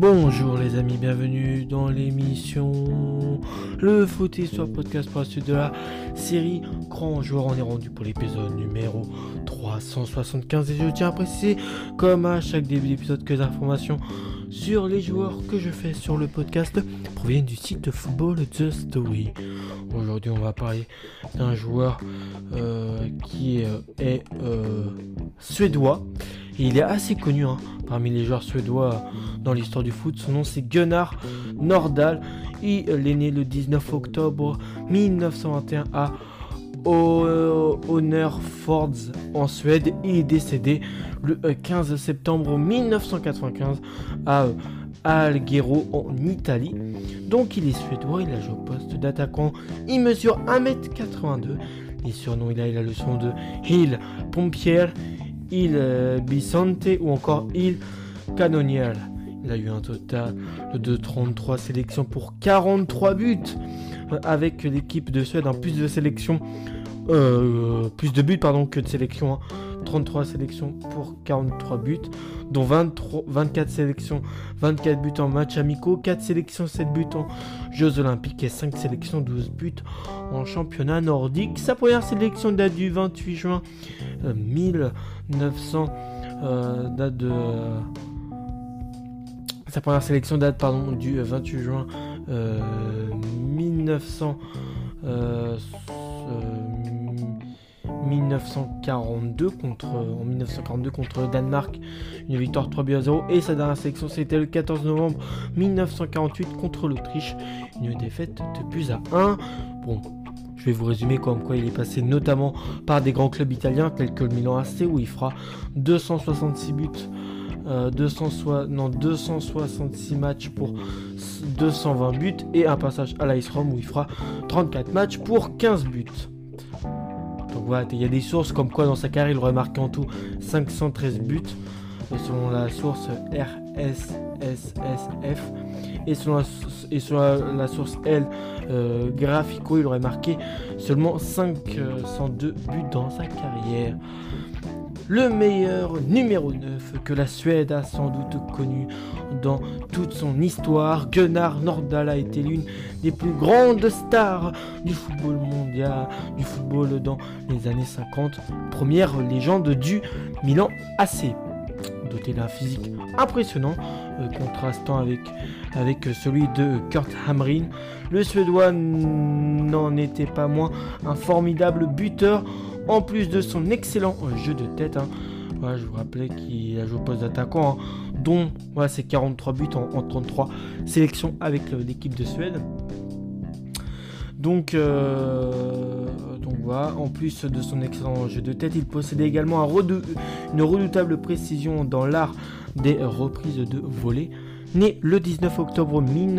Bonjour les amis, bienvenue dans l'émission Le Foot Histoire Podcast pour la suite de la série Grand Joueur. On est rendu pour l'épisode numéro 375 et je tiens à préciser, comme à chaque début d'épisode, que les informations sur les joueurs que je fais sur le podcast proviennent du site de football The Story. Aujourd'hui on va parler d'un joueur qui est suédois. Et il est assez connu parmi les joueurs suédois dans l'histoire du foot. Son nom c'est Gunnar Nordahl. Il est né le 19 octobre 1921 à Honnörfors en Suède. Il est décédé le 15 septembre 1995 à Alghero en Italie. Donc il est suédois, il a joué au poste d'attaquant. Il mesure 1m82. Les surnoms, il a le son de Il Pompier, Il Bisonte ou encore Il Canoniere. Il a eu un total de 33 sélections pour 43 buts avec l'équipe de Suède. Plus de buts que de sélections. 33 sélections pour 43 buts, dont 24 sélections, 24 buts en matchs amicaux, 4 sélections, 7 buts en Jeux Olympiques et 5 sélections, 12 buts en championnat nordique. Sa première sélection date du 28 juin 1900. Sa première sélection date du 28 juin 1942 contre le Danemark, une victoire 3-0, et sa dernière sélection c'était le 14 novembre 1948 contre l'Autriche, une défaite de buts à 1. Bon, je vais vous résumer comme quoi il est passé notamment par des grands clubs italiens tels que le Milan AC où il fera 266 buts, 266 matchs pour 220 buts, et un passage à l'AS Rome où il fera 34 matchs pour 15 buts. Donc voilà, il y a des sources comme quoi dans sa carrière il aurait marqué en tout 513 buts selon la source RSSF, et selon la source L Graphico, il aurait marqué seulement 502 buts dans sa carrière. Le meilleur numéro 9 que la Suède a sans doute connu dans toute son histoire, Gunnar Nordahl a été l'une des plus grandes stars du football mondial, du football dans les années 50, première légende du Milan AC. Doté d'un physique impressionnant, contrastant avec celui de Kurt Hamrin, le Suédois n'en était pas moins un formidable buteur. En plus de son excellent jeu de tête, voilà, je vous rappelais qu'il a joué au poste d'attaquant, dont ses 43 buts en 33 sélections avec l'équipe de Suède. Donc voilà, en plus de son excellent jeu de tête, il possédait également une redoutable précision dans l'art des reprises de volée. Né le 19 octobre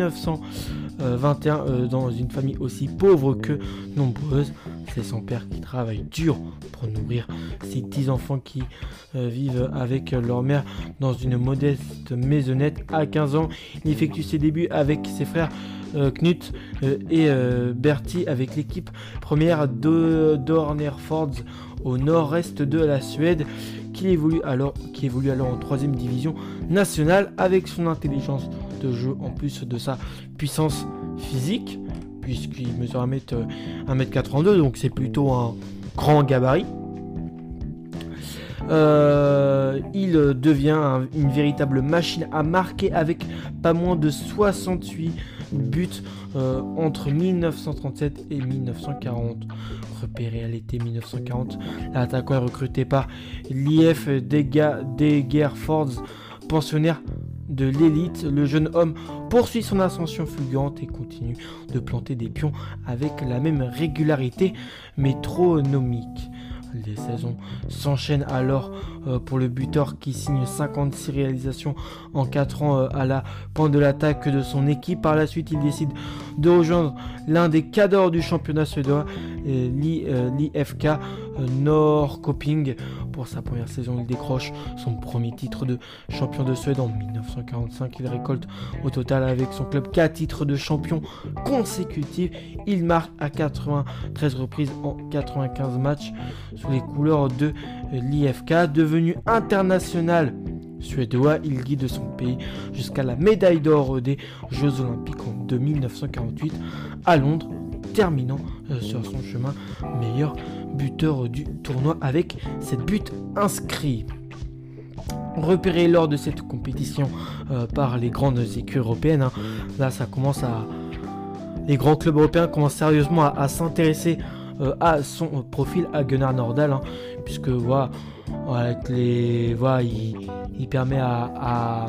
1921 dans une famille aussi pauvre que nombreuse, c'est son père qui travaille dur pour nourrir ses petits enfants qui vivent avec leur mère dans une modeste maisonnette. À 15 ans, il effectue ses débuts avec ses frères Knut et Bertie avec l'équipe première d'Honnörfors au nord-est de la Suède, qui évolue alors en 3ème division nationale. Avec son intelligence de jeu en plus de sa puissance physique, puisqu'il mesure 1m82, donc c'est plutôt un grand gabarit. Il devient une véritable machine à marquer avec pas moins de 68 buts entre 1937 et 1940. Repéré à l'été 1940, l'attaquant est recruté par l'IF Degerfors, pensionnaire de l'élite. Le jeune homme poursuit son ascension fulgurante et continue de planter des pions avec la même régularité métronomique. Les saisons s'enchaînent alors pour le buteur qui signe 56 réalisations en 4 ans à la pointe de l'attaque de son équipe. Par la suite, il décide de rejoindre l'un des cadors du championnat suédois, l'IFK Norrköping. Pour sa première saison, il décroche son premier titre de champion de Suède en 1945. Il récolte au total avec son club 4 titres de champion consécutifs. Il marque à 93 reprises en 95 matchs sous les couleurs de l'IFK. Devenu international suédois, il guide son pays jusqu'à la médaille d'or des Jeux Olympiques de 1948 à Londres, terminant sur son chemin meilleur buteur du tournoi avec 7 buts inscrits. Repéré lors de cette compétition par les grandes équipes européennes, là ça commence à... Les grands clubs européens commencent sérieusement à s'intéresser à son profil, à Gunnar Nordahl, puisque voilà, avec les, voilà, il permet à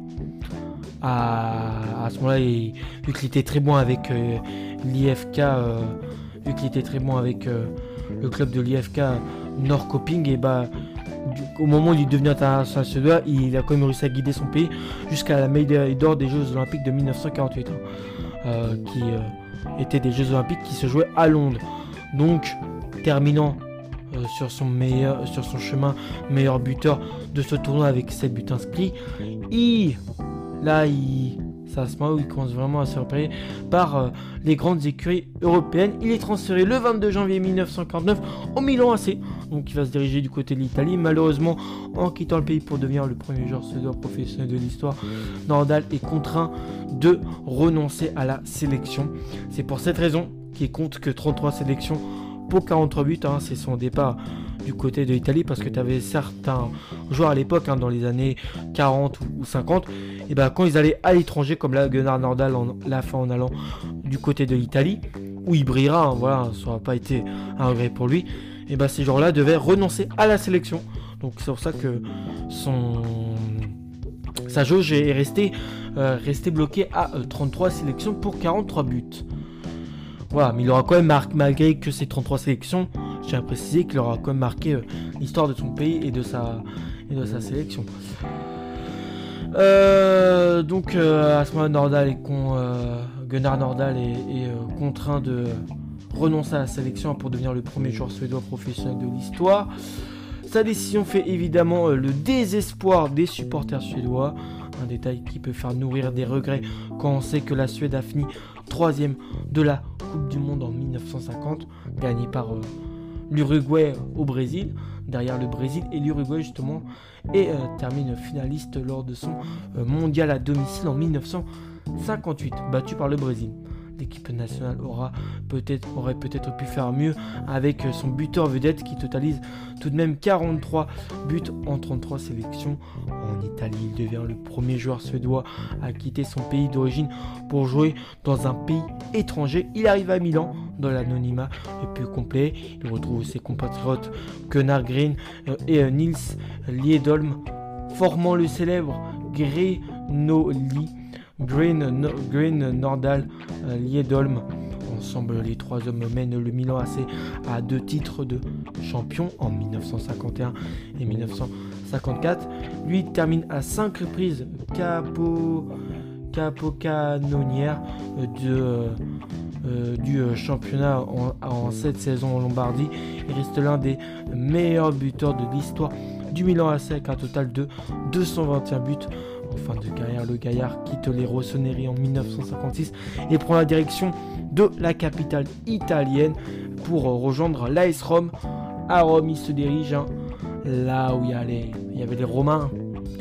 ce moment-là, vu qu'il était très bon avec l'IFK, vu qu'il était très bon avec le club de l'IFK Norrköping, et au moment où il est devenu international suédois, il a quand même réussi à guider son pays jusqu'à la médaille d'or des Jeux Olympiques de 1948, qui étaient des Jeux Olympiques qui se jouaient à Londres. Donc, terminant sur son chemin meilleur buteur de ce tournoi avec 7 buts inscrits, c'est à ce moment où il commence vraiment à se repérer par les grandes écuries européennes. Il est transféré le 22 janvier 1949 au Milan AC, donc il va se diriger du côté de l'Italie. Malheureusement, en quittant le pays pour devenir le premier joueur suédois professionnel de l'histoire, Nordahl est contraint de renoncer à la sélection. C'est pour cette raison qu'il compte que 33 sélections pour 43 buts, c'est son départ du côté de l'Italie, parce que tu avais certains joueurs à l'époque, dans les années 40 ou 50, et quand ils allaient à l'étranger, comme là Gunnar Nordahl l'a fait en allant du côté de l'Italie, où il brillera, ça n'aura pas été un regret pour lui, et ces joueurs-là devaient renoncer à la sélection. Donc c'est pour ça que sa jauge est restée bloquée à 33 sélections pour 43 buts. Voilà, mais il aura quand même marqué, malgré que ces 33 sélections, je tiens à préciser qu'il aura quand même marqué l'histoire de son pays et de sa sélection. Donc à ce moment-là, Gunnar Nordahl est contraint de renoncer à la sélection pour devenir le premier joueur suédois professionnel de l'histoire. Sa décision fait évidemment le désespoir des supporters suédois, un détail qui peut faire nourrir des regrets quand on sait que la Suède a fini 3e de la Coupe du Monde en 1950, gagnée par l'Uruguay au Brésil, derrière le Brésil et l'Uruguay justement, et termine finaliste lors de son mondial à domicile en 1958, battu par le Brésil. L'équipe nationale aurait peut-être pu faire mieux avec son buteur vedette qui totalise tout de même 43 buts en 33 sélections. En Italie, il devient le premier joueur suédois à quitter son pays d'origine pour jouer dans un pays étranger. Il arrive à Milan dans l'anonymat le plus complet. Il retrouve ses compatriotes Gunnar Green et Nils Liedholm, formant le célèbre Green Nordahl Liedholm. Ensemble, les trois hommes mènent le Milan AC à 2 titres de champion en 1951 et 1954. Lui termine à 5 reprises capocannonière du championnat en 7 saisons en Lombardie. Il reste l'un des meilleurs buteurs de l'histoire du Milan AC avec un total de 221 buts. En fin de carrière, le gaillard quitte les Rossoneri en 1956 et prend la direction de la capitale italienne pour rejoindre l'AS Rome. À Rome, il se dirige là où il y avait les Romains,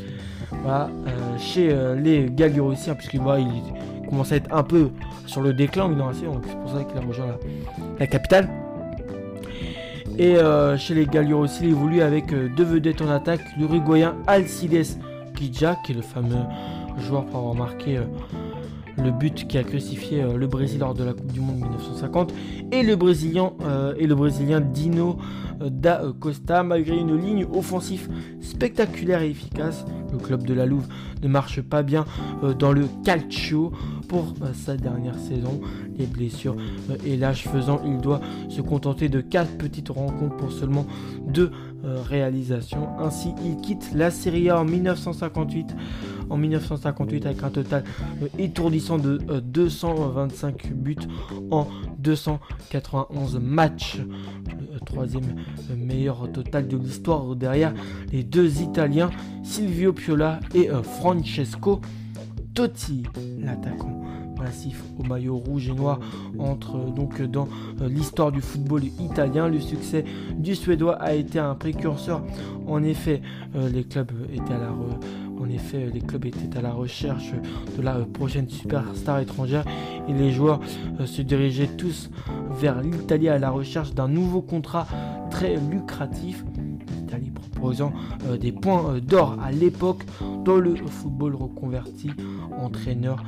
chez les Gallo-Rossiens, puisqu'il commence à être un peu sur le déclin, donc c'est pour ça qu'il a rejoint la capitale. Et chez les Gallo-Rossi, il évolue avec 2 vedettes en attaque, l'Uruguayen Alcides Quija, qui est le fameux joueur pour avoir marqué le but qui a crucifié le Brésil lors de la Coupe du Monde 1950, et le Brésilien Dino da Costa. Malgré une ligne offensive spectaculaire et efficace, le club de la Louve ne marche pas bien dans le calcio pour sa dernière saison. Les blessures et l'âge faisant, il doit se contenter de 4 petites rencontres pour seulement 2 réalisations. Ainsi, il quitte la Serie A en 1958 avec un total étourdissant de 225 buts en 291 matchs. Le 3e meilleur total de l'histoire derrière les 2 Italiens Silvio Piola et Francesco Totti. L'attaquant massif au maillot rouge et noir entre donc dans l'histoire du football italien. Le succès du Suédois a été un précurseur. En effet, les clubs étaient à la recherche de la prochaine superstar étrangère et les joueurs se dirigeaient tous vers l'Italie à la recherche d'un nouveau contrat très lucratif. L'Italie proposant des points d'or à l'époque dans le football reconverti entraîneur.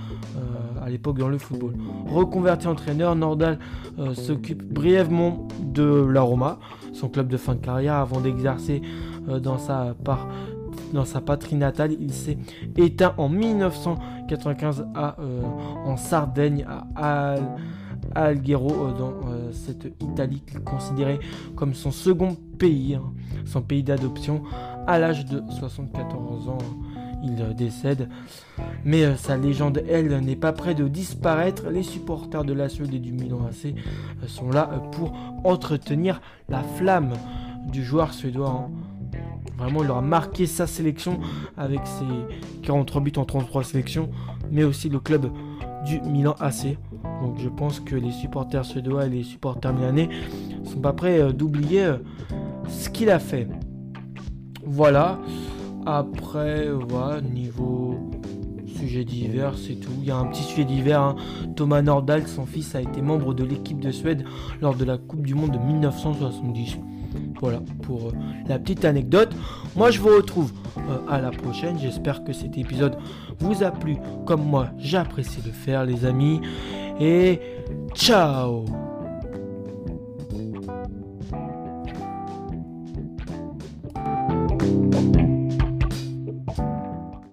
Reconverti entraîneur, Nordahl s'occupe brièvement de la Roma, son club de fin de carrière, avant d'exercer dans sa patrie natale. Il s'est éteint en 1995 en Sardaigne, à Alghero, dans cette Italie qu'il considérait comme son second pays, son pays d'adoption. À l'âge de 74 ans, il décède. Mais sa légende, elle, n'est pas près de disparaître. Les supporters de la Suède et du Milan AC sont là pour entretenir la flamme du joueur suédois. Vraiment, il aura marqué sa sélection avec ses 43 buts en 33 sélections, mais aussi le club du Milan AC. Donc je pense que les supporters suédois et les supporters milanais sont pas prêts d'oublier ce qu'il a fait. Voilà. Après, niveau sujet divers, c'est tout. Il y a un petit sujet divers. Thomas Nordahl, son fils, a été membre de l'équipe de Suède lors de la Coupe du Monde de 1970. Voilà pour la petite anecdote. Moi, je vous retrouve à la prochaine. J'espère que cet épisode vous a plu comme moi. J'apprécie le faire, les amis. Et ciao!